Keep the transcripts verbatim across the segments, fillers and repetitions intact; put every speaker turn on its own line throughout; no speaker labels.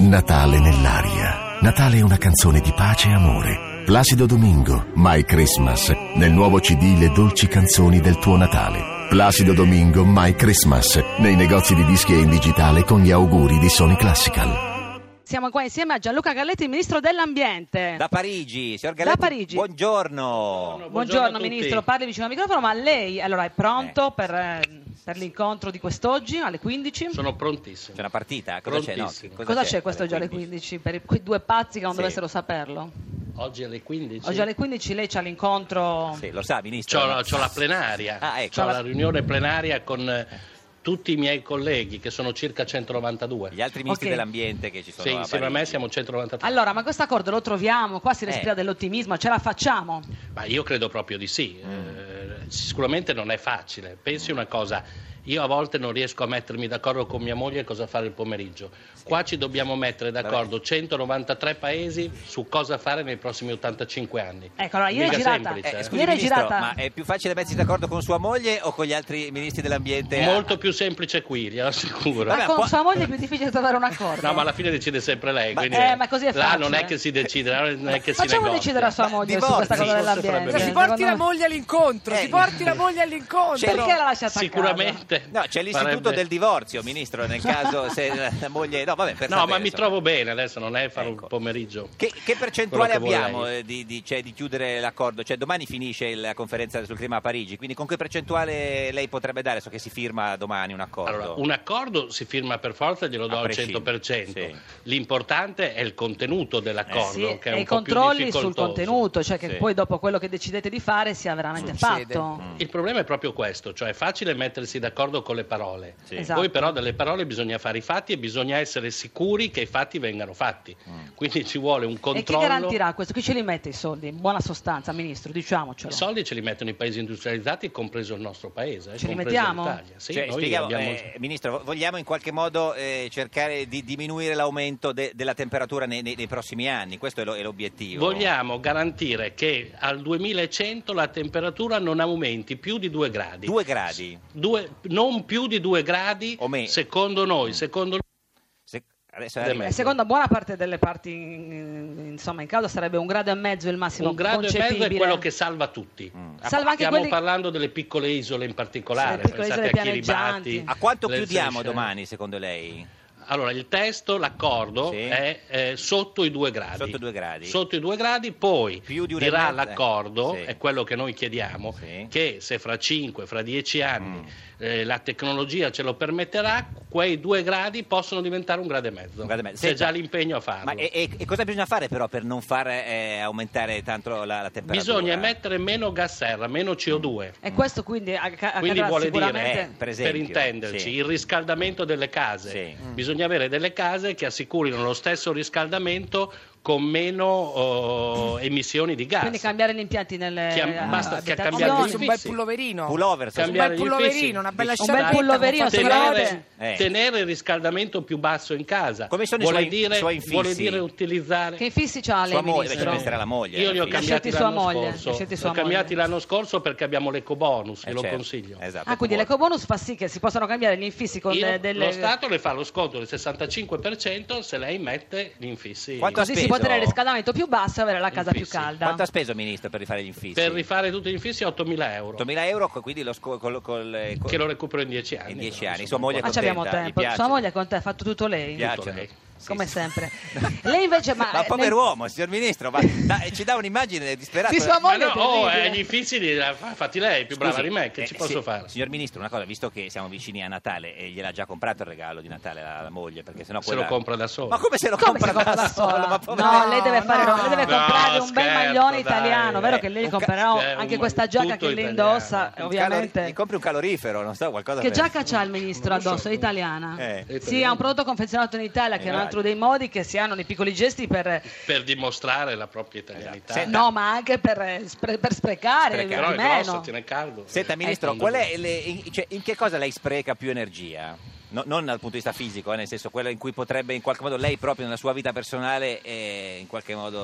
Natale nell'aria. Natale è una canzone di pace e amore. Placido Domingo, My Christmas, nel nuovo C D Le dolci canzoni del tuo Natale. Placido Domingo, My Christmas, nei negozi di dischi e in digitale con gli auguri di Sony Classical.
Siamo qua insieme a Gianluca Galletti, ministro dell'ambiente.
Da Parigi, signor Galletti,
da Parigi.
Buongiorno.
Buongiorno, buongiorno ministro, parli vicino al microfono, ma lei allora è pronto
eh.
per, eh, per l'incontro di quest'oggi alle quindici?
Sono prontissimo.
C'è una partita? Cosa c'è? No,
cosa, cosa c'è, c'è quest'oggi alle quindici? Per i, quei due pazzi che non sì. dovessero saperlo.
Oggi alle quindici?
Oggi alle quindici lei c'ha l'incontro...
Sì, lo sa, ministro.
C'ho, no, c'ho la plenaria,
ah, ecco.
c'ho la... la riunione plenaria con... Eh, tutti i miei colleghi, che sono circa centonovantadue.
Gli altri ministri okay. dell'ambiente che ci sono.
Sì,
a
insieme a me siamo centonovantadue.
Allora, ma questo accordo lo troviamo? Qua si respira eh. dell'ottimismo, ce la facciamo?
Ma io credo proprio di sì. Mm. Eh, sicuramente non è facile. Pensi una cosa, io a volte non riesco a mettermi d'accordo con mia moglie cosa fare il pomeriggio. Sì. Qua ci dobbiamo mettere d'accordo Vabbè. centonovantatré paesi su cosa fare nei prossimi ottantacinque anni.
Ecco, allora ieri è girata,
eh, scusi,
ieri
ministro,
girata...
ma è più facile mettersi d'accordo con sua moglie o con gli altri ministri dell'ambiente?
Molto più semplice qui, glielo assicuro.
Ma
Vabbè,
con
può...
sua moglie è più difficile trovare un accordo.
No, ma alla fine decide sempre lei.
Ma,
quindi
eh, ma così è
là
facile.
non è che si decide, non è che si
Facciamo
negozia.
decidere a sua moglie
Divorzi,
su questa cosa dell'ambiente.
Ma si porti la moglie all'incontro,
eh.
si porti la moglie all'incontro.
Perché la lasciata
Sicuramente.
No, c'è l'istituto
farebbe...
del divorzio, ministro, nel caso se la moglie... No, vabbè, per
no
sapere,
ma mi
insomma.
trovo bene, adesso non è fare
ecco.
un pomeriggio.
Che, che percentuale
che
abbiamo eh, di, di, cioè, di chiudere l'accordo? Cioè domani finisce la conferenza sul clima a Parigi, quindi con che percentuale lei potrebbe dare? So che si firma domani un accordo.
Allora, un accordo si firma per forza, glielo do al cento per cento. Sì. L'importante è il contenuto dell'accordo,
eh sì,
che è
e
un
i
po'
controlli
più
sul contenuto, cioè che
sì.
poi dopo quello che decidete di fare sia veramente
Succede.
fatto.
Mm.
Il problema è proprio questo, cioè è facile mettersi d'accordo con le parole,
sì.
esatto.
Poi però dalle parole bisogna fare i fatti e bisogna essere sicuri che i fatti vengano fatti, mm. quindi ci vuole un controllo.
E chi garantirà questo? Chi ce li mette i soldi? In buona sostanza, ministro, diciamocelo.
I soldi ce li mettono i paisi industrializzati, compreso il nostro paese.
Ce li
compreso
mettiamo?
l'Italia. Sì,
cioè,
noi
spieghiamo,
abbiamo...
eh, ministro, vogliamo in qualche modo eh, cercare di diminuire l'aumento de- della temperatura nei, nei, nei prossimi anni? Questo è, lo, è l'obiettivo.
Vogliamo garantire che al duemilecento la temperatura non aumenti più di due gradi.
Due gradi?
Due, non più di due gradi,
o me-
secondo noi, secondo
Se- adesso
E secondo buona parte delle parti in, insomma in causa sarebbe un grado e mezzo il massimo
un grado e
concepibile.
mezzo è quello che salva tutti.
Mm.
Salva anche
Stiamo
quelli...
parlando delle piccole isole in particolare,
Sì, le piccole
pensate
isole
a Kiribati.
pianeggianti.
A quanto
le
chiudiamo
Seychelles.
domani, secondo lei?
Allora, il testo, l'accordo,
Sì.
è eh, sotto i due gradi.
Sotto i due gradi.
Sotto i due gradi, poi
Più di una
dirà
e mezza.
l'accordo,
Sì.
è quello che noi chiediamo,
Sì.
che se fra cinque, fra dieci anni
Mm.
eh, la tecnologia ce lo permetterà, quei due gradi possono diventare un grado e mezzo.
Un grado e mezzo.
C'è
Senta,
già l'impegno a farlo.
Ma e, e- e cosa bisogna fare però per non far eh, aumentare tanto la, la temperatura?
Bisogna emettere meno gas serra, meno C O due.
E questo quindi acc-
Quindi
accadrà
vuole
sicuramente...
dire,
Eh, per
per,
esempio,
intenderci,
sì.
il riscaldamento delle case.
Sì.
Bisogna avere delle case che assicurino lo stesso riscaldamento con meno oh, emissioni di gas.
Quindi cambiare gli impianti nelle
Che-
eh,
basta che
abitazioni.
cambiare gli
Un bel
infissi.
pulloverino.
Pullover, sta-
Un
Cambiare
bel
gli
pulloverino,
infissi.
una bella
Un bel
sciarpetta.
pulloverino
con
sulla
fatto
rete.
notte.
Eh.
Tenere il riscaldamento più basso in casa.
Come sono i
vuole
suoi-
dire,
suoi infissi?
vuole dire utilizzare.
Che infissi c'ha lei,
Sua moglie,
ministro?
deve essere la moglie.
Io li ho
infissi.
cambiati
scelti sua
l'anno
moglie,
scorso.
li scelti
Li
sua
ho cambiati
moglie.
l'anno scorso perché abbiamo l'ecobonus,
Eh,
io lo
certo.
consiglio.
Esatto.
Ah, quindi l'ecobonus fa sì che si possano cambiare gli infissi con
Io-
eh, delle...
Lo Stato le fa lo sconto del sessantacinque per cento se lei mette gli infissi.
Quanto ha
Così si
speso?
può tenere il riscaldamento più basso e avere la casa più
Infissi.
calda.
Quanto ha speso, ministro, per rifare gli infissi?
Per rifare tutti gli infissi ottomila euro.
ottomila euro, quindi lo sco- col, col, col-
Che lo recupero in dieci anni.
in dieci
però,
anni.
insomma,
Sua moglie è
Ma ci abbiamo
contenta? Gli
tempo.
piace?
Sua moglie con te ha fatto tutto lei?
Gli piace?
Tutto lei.
Sì,
Come
sì.
sempre. Lei invece... Ma,
Ma
eh,
pover'uomo, signor ministro, ma da- ci dà un'immagine disperata.
Sì, sua
Ma
moglie
no,
è
oh,
terribile.
eh, gli infissi li ha fatti lei, più
Scusi,
brava di me, che
eh,
ci posso
sì,
fare?
Signor Ministro, una cosa, visto che siamo vicini a Natale e gliel'ha già comprato il regalo di Natale alla moglie, perché sennò
Se
quella...
lo compra da solo.
Ma come se lo
Come
compra,
si compra da sola?
Ma povera-
No, lei deve, fare,
no,
lei deve
no,
comprare un bel
scherzo,
maglione
dai.
italiano, vero
Eh,
che lei gli
un ca-
comprerà
eh,
anche
un-
questa giacca
tutto
che lei
italiano.
indossa,
Un calori-
ovviamente.
gli compri un calorifero, non so, qualcosa
Che
per-
giacca c'ha il ministro
Non lo so.
addosso? Italiana?
Eh.
Sì, è un prodotto confezionato in Italia, che è un altro dei modi che si hanno nei piccoli gesti per...
Per dimostrare la propria italianità.
Senta,
No, ma anche per, eh, spre- per sprecare,
Sprecare.
Però
di
è
meno.
grosso, tiene caldo.
Senta, Ministro,
Eh,
qual è le- in, cioè, in che cosa lei spreca più energia? No- non dal punto di vista fisico, eh, nel senso quello in cui potrebbe in qualche modo lei proprio nella sua vita personale eh, in qualche modo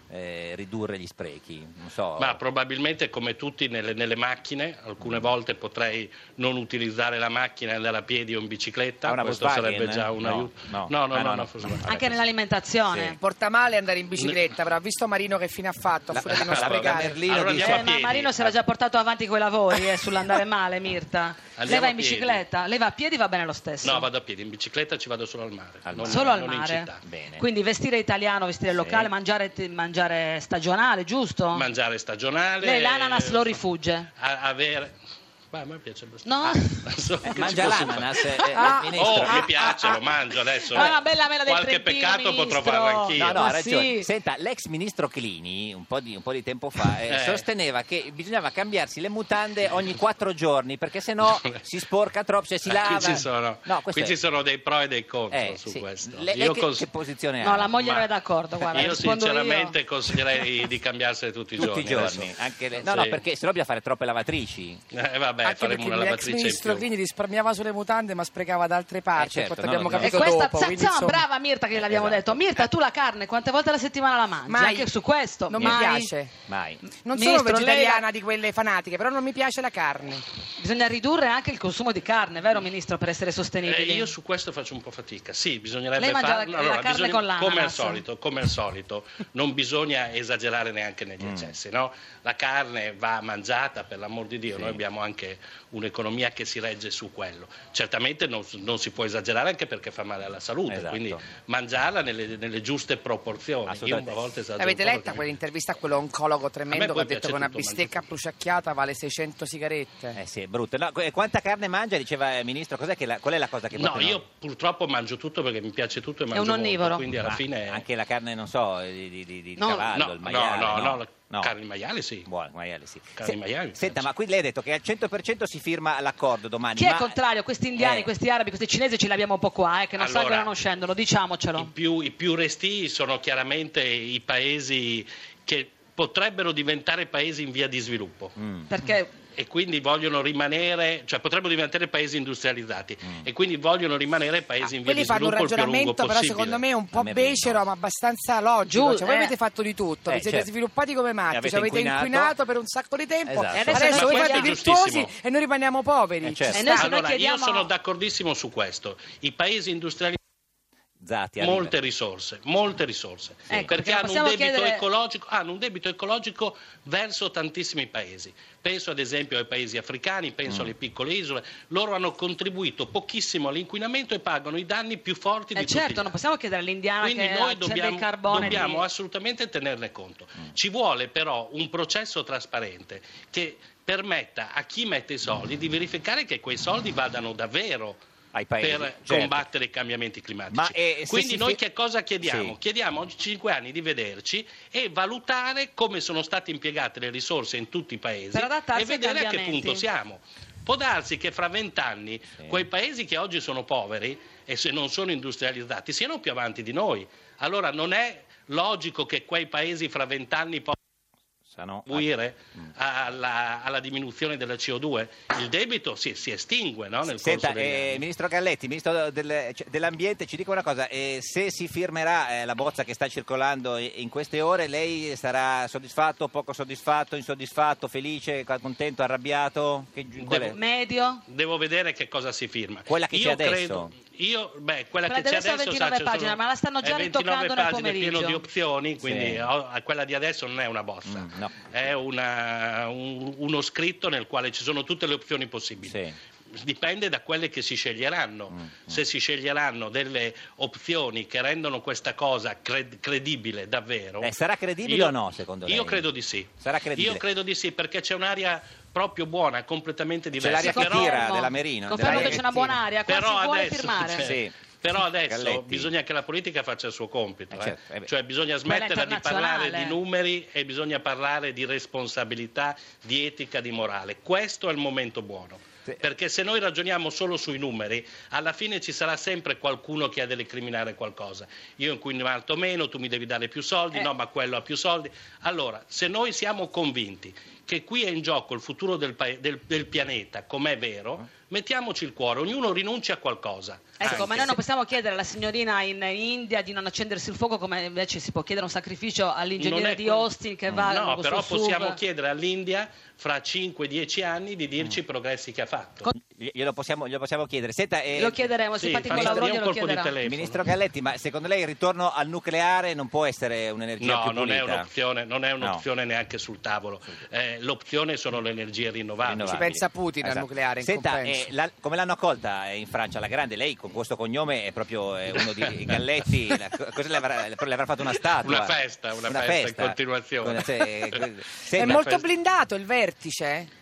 eh, ridurre gli sprechi? Non so.
Ma probabilmente come tutti nelle, nelle macchine, alcune volte potrei non utilizzare la macchina e andare a piedi o in bicicletta,
una
questo
Volkswagen?
sarebbe già un
No,
aiuto.
no.
no, no,
Ah,
no,
no,
no,
no.
Anche nell'alimentazione.
Sì.
Porta male andare in bicicletta, però ha visto Marino che fine ha fatto, a
La-
furia di non
la- la
sprecare.
Merlino
Allora
dice-
andiamo
Eh,
a
ma
piedi.
Marino si era già portato avanti coi lavori eh, sull'andare male, Mirta. Lei
Andiamo
va
a
in
piedi.
bicicletta? Lei va a piedi, va bene lo stesso?
No, vado a piedi, in bicicletta ci vado solo al mare.
Al
non-
mare.
Solo al
non in
mare?
città.
Bene.
Quindi vestire italiano, vestire
Sì.
locale, mangiare, mangiare stagionale, giusto?
Mangiare stagionale.
Lei l'ananas
eh,
lo rifugge?
a- avere... Beh, a me piace abbastanza.
No?
Non so
Eh,
che
mangia
ci posso
l'ananas,
fare.
eh,
Ah.
ministro.
Oh, mi
Ah,
piace,
ah,
lo mangio adesso.
Ah, una bella mela del
Qualche
Trentino,
peccato potrò
ministro.
farlo anch'io.
No, no,
Ma
ha ragione.
sì.
Senta, l'ex ministro Clini, un po' di, un po' di tempo fa, eh,
Eh.
sosteneva che bisognava cambiarsi le mutande ogni quattro giorni, perché sennò si sporca troppo, cioè si
Eh,
lava.
Qui ci sono,
No, questo
qui
è-
ci sono dei pro e dei contro
eh,
su
sì.
questo.
Le- lei
Io
che,
cons-
che posizione ha?
No, la moglie
Ma-
non è d'accordo, guarda,
io
rispondo
sinceramente
io.
consiglierei di cambiarsene tutti i
Tutti
giorni.
i giorni.
adesso.
Anche le- No,
Sì.
no, perché sennò bisogna fare troppe lavatrici.
Eh, vabbè,
Anche
faremo
perché
una
l'ex
lavatrice in
ministro
più.
Clini risparmiava sulle mutande ma sprecava da altre parti,
Eh, certo,
poi
no,
abbiamo
no.
E
capito
questa
dopo, quindi,
zazza,
insomma,
brava Mirta che l'abbiamo
Esatto.
detto. Mirta, tu la carne quante volte alla settimana la mangi?
Mai.
Anche su questo?
non
Mai.
mi piace.
Mai.
Non
Ministro,
sono vegetariana
lei-
di quelle fanatiche, però non mi piace la carne.
Bisogna ridurre anche il consumo di carne, vero Ministro, per essere
Eh,
sostenibili?
io su questo faccio un po' fatica. Sì, bisognerebbe
Lei mangia
farlo.
la- la carne
bisogna-
con l'ananas.
come al solito, come al solito, non bisogna esagerare neanche negli
Mm.
eccessi, no? La carne va mangiata, per l'amor di Dio,
Sì.
noi abbiamo anche un'economia che si regge su quello. Certamente non, non si può esagerare anche perché fa male alla salute,
Esatto.
quindi mangiarla nelle, nelle giuste proporzioni. Io
Assolutamente.
una volta esagero
Avete
un po'
letta
perché-
quell'intervista a quell'oncologo
A
tremendo
me
che
poi
ha detto
piace
che una
tutto,
bistecca
mangio
prosciacchiata vale seicento sigarette?
Eh sì, è brutto. No, qu- quanta carne mangia, diceva il ministro? Cos'è che la- qual è la cosa che
No,
proprio
io purtroppo mangio tutto perché mi piace tutto e mangio
un onnivoro.
molto, quindi alla
Ma
fine...
anche la carne, non so, di, di- di- di
No,
cavallo,
no,
il
no,
maiale,
no, no, la
No.
carne di maiale sì.
Buono, maiale sì.
Carne di maiale mi
Senta,
piace.
ma qui lei ha detto che al cento per cento si firma l'accordo domani.
Chi
ma...
è contrario? Questi indiani,
Eh,
questi arabi, questi cinesi ce li abbiamo un po' qua, eh, che non
Allora,
salgono e non scendono,
I
diciamocelo.
più, I più restii sono chiaramente i paesi che potrebbero diventare paesi in via di sviluppo
mm.
Perché
e quindi vogliono rimanere, cioè potrebbero diventare paesi industrializzati
Mm.
e quindi vogliono rimanere paesi in via
Quelli
di
fanno un
sviluppo il più lungo
ragionamento però
possibile.
secondo me un
A
po'
me
becero
no.
ma abbastanza logico.
Giù,
Cioè, voi
eh.
avete fatto di tutto,
Eh,
vi siete
certo.
sviluppati come matti,
avete
cioè, avete
inquinato.
inquinato per un sacco di tempo
Esatto.
E adesso
adesso
noi
voi
chiediamo-
fate
Questo è
virtuosi
giustissimo.
e noi rimaniamo poveri.
Eh, certo.
E noi se noi
Allora,
chiediamo-
io sono d'accordissimo su questo. I paesi industriali
Zatti, arriva.
molte risorse, molte risorse,
Ecco, perché
perché
non
hanno un,
possiamo
debito
chiedere-
ecologico, hanno un debito ecologico verso tantissimi paesi. Penso ad esempio ai paesi africani, penso
Mm.
alle piccole isole. Loro hanno contribuito pochissimo all'inquinamento e pagano i danni più forti
Eh
di tutti.
certo,
gli
non possiamo chiedere all'indiana
Quindi
che
noi
accende
dobbiamo,
il carbone
dobbiamo
di-
assolutamente tenerne conto. Ci vuole però un processo trasparente che permetta a chi mette i soldi di verificare che quei soldi vadano davvero
Ai paesi,
per
certo.
combattere i cambiamenti climatici.
Ma, eh, se
Quindi
si
noi
fi-
che cosa chiediamo?
Sì.
Chiediamo oggi cinque anni di vederci e valutare come sono state impiegate le risorse in tutti i paesi
Per adattarsi
e vedere
ai
a che
cambiamenti.
punto siamo. Può darsi che fra vent'anni
Sì.
quei paesi che oggi sono poveri e se non sono industrializzati siano più avanti di noi. Allora non è logico che quei paesi fra vent'anni possano
Sano-
contribuire alla, alla diminuzione della C O due. Il debito si, si estingue, no, nel
Senta,
corso degli
eh,
anni.
Ministro Galletti, Ministro del- cioè, dell'Ambiente, ci dica una cosa, eh, se si firmerà eh, la bozza che sta circolando i- in queste ore, lei sarà soddisfatto, poco soddisfatto, insoddisfatto, felice, contento, arrabbiato? Che, qual è?
Medio?
Devo vedere che cosa si firma.
Quella che
io
c'è adesso?
Credo, io, beh, quella,
Quella
che
di
c'è
adesso ha
adesso
ventinove
sa, c'è
pagine,
solo-
ma la stanno già
è ventinove
ritoccando nel
pagine, pieno
pomeriggio.
di opzioni, quindi
Sì.
oh, quella di adesso non è una bozza,
Mm, no.
è una- un- uno scritto nel quale ci sono tutte le opzioni possibili.
Sì.
Dipende da quelle che si sceglieranno.
Mm,
Se si sceglieranno delle opzioni che rendono questa cosa cred- credibile davvero.
Eh, sarà credibile
io-
o no, secondo lei?
Io credo di sì.
Sarà credibile?
Io credo di sì, perché c'è un'area proprio buona, completamente diversa.
l'aria che
Però-
tira della Merino,
Confermo
della
che c'è una buona aria, qua
Però
si vuole
adesso,
firmare.
cioè,
Sì.
Però adesso
Galletti.
bisogna che la politica faccia il suo compito,
Eh,
eh.
certo, eh beh.
Cioè bisogna
Quella
smetterla di parlare
internazionale.
di numeri e bisogna parlare di responsabilità, di etica, di morale. Questo è il momento buono.
Sì.
Perché se noi ragioniamo solo sui numeri, alla fine ci sarà sempre qualcuno che ha da recriminare qualcosa. Io inquinato meno, tu mi devi dare più soldi,
Eh.
no, ma quello ha più soldi. Allora, se noi siamo convinti che qui è in gioco il futuro del, pa- del, del pianeta, com'è vero, mettiamoci il cuore, ognuno rinuncia a qualcosa.
Ecco,
Anche
ma noi non
se-
possiamo chiedere alla signorina in India di non accendersi il fuoco, come invece si può chiedere un sacrificio
Non
all'ingegnere
è
di
quel-
Austin che va
No,
con
però
suo
possiamo
S U V.
chiedere all'India fra cinque dieci anni di dirci i progressi che ha fatto.
Glielo possiamo, glielo possiamo chiedere. Senta, eh,
Lo chiederemo,
Sì,
simpatico
fammi
Lavrov
un
glielo
colpo di
chiederà.
telefono.
Ministro Galletti, ma secondo lei il ritorno al nucleare non può essere un'energia
No,
più
non è
pulita?
un'opzione, non è un'opzione neanche sul tavolo. Eh, l'opzione sono le energie rinnovabili.
Rinnovabili.
Ci pensa Putin al
Esatto.
nucleare in
Senta,
compenso.
eh, la- come l'hanno accolta in Francia la grande? Lei con questo cognome è proprio eh, uno di Galletti. la- cosa le avrà, le avrà fatto una statua?
Una festa, una festa in continuazione.
Con- se-
È
senta,
molto
festa-
blindato il vertice?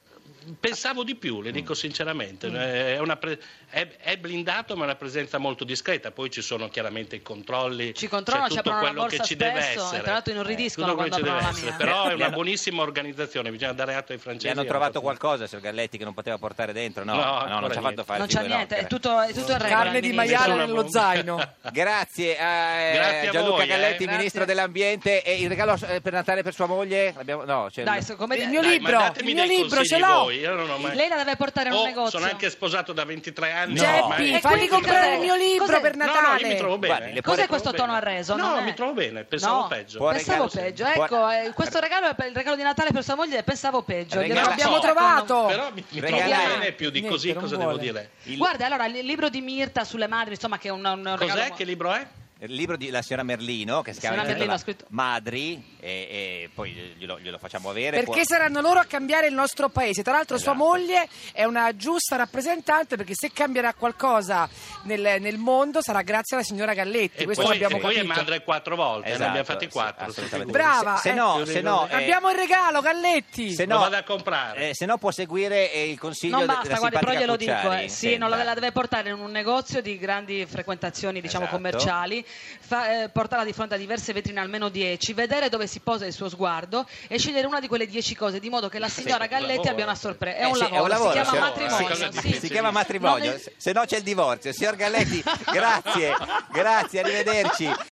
Pensavo di più, le dico sinceramente, è, una pre- è, è blindato ma è una presenza molto discreta, poi ci sono chiaramente i controlli,
Ci controllano,
c'è
ci
tutto
aprono la
quello che
borsa
ci deve
spesso,
essere.
e tra l'altro inorridiscono
Tutto quello
quando
che ci
aprono
deve
la
essere.
mia.
Però è
Le
una
hanno-
buonissima organizzazione, bisogna dare atto ai
gli
francesi.
hanno
hanno
trovato
fatto-
qualcosa, signor Galletti, che non poteva portare dentro? No,
No,
no, non
ancora
ci ha fatto
niente.
fare
Non
il
c'è
figure,
niente,
no.
è tutto, è tutto in regola.
Carne di
ministro.
maiale
Nessuna
nello
bu-
zaino.
Grazie a,
Grazie a
Gianluca
voi,
Galletti,
eh.
ministro
Grazie.
dell'ambiente. E il regalo eh, per Natale per sua moglie? L'abbiamo- no, c'è
Dai,
il-
so- come
Il mio
Dai,
libro,
mandatemi
il mio
dei
libro, ce
consigli
l'ho.
voi, io non ho mai-
Lei la deve portare in un
Oh,
negozio.
sono anche sposato da ventitré anni.
No.
Geppi,
E
fagli
quindi
comprare
cos'è?
il mio libro
Cos'è?
per
No, no,
Natale.
io mi trovo bene.
Guardi, le
Cos'è
può-
questo tono arreso?
No,
Non è-
mi trovo bene, pensavo
No,
peggio.
Può
Pensavo
regalo-
peggio,
può-
ecco, eh, questo regalo è per il regalo di Natale per sua moglie, pensavo peggio.
Regala-
Glielo
L'abbiamo
so.
trovato.
Però mi, mi trovo
Regala-
bene, più di
Niente,
così
non
cosa
vuole.
devo dire?
il-
Guarda, allora, il libro di Mirta sulle madri, insomma, che è un, un regalo...
Cos'è? Che libro è?
il libro di la signora Merlino, che si chiama
Signora Merlino ha scritto-
Madri, e, e poi glielo, glielo facciamo avere.
Perché
può-
saranno loro a cambiare il nostro paese. Tra l'altro sua
Esatto.
moglie è una giusta rappresentante, perché se cambierà qualcosa nel, nel mondo sarà grazie alla signora Galletti.
E
Questo
poi,
l'abbiamo
e poi è
capito.
madre quattro volte,
Esatto,
ne abbiamo fatti
sì,
quattro.
assolutamente.
Brava,
Se, se
eh.
no, se no, eh,
Abbiamo il regalo, Galletti.
se
Lo
no,
vado a comprare.
eh, se no può seguire eh, il consiglio
Non
de-
basta,
della
guardi, però
simpatica
glielo dico,
Cucciari.
eh. Sì, non la,
Senta.
la deve portare in un negozio di grandi frequentazioni, diciamo,
Esatto.
commerciali, fa- eh, portarla di fronte a diverse vetrine, almeno dieci, vedere dove si posa il suo sguardo e scegliere una di quelle dieci cose, di modo che la signora
un
Galletti
lavoro.
abbia una sorpresa. È,
Eh
un
sì,
lavoro,
è un lavoro,
si chiama
signor-
matrimonio.
cosa
sì.
difficile.
Si chiama matrimonio,
Non
se no c'è il divorzio. Signor Galletti, grazie, grazie, arrivederci.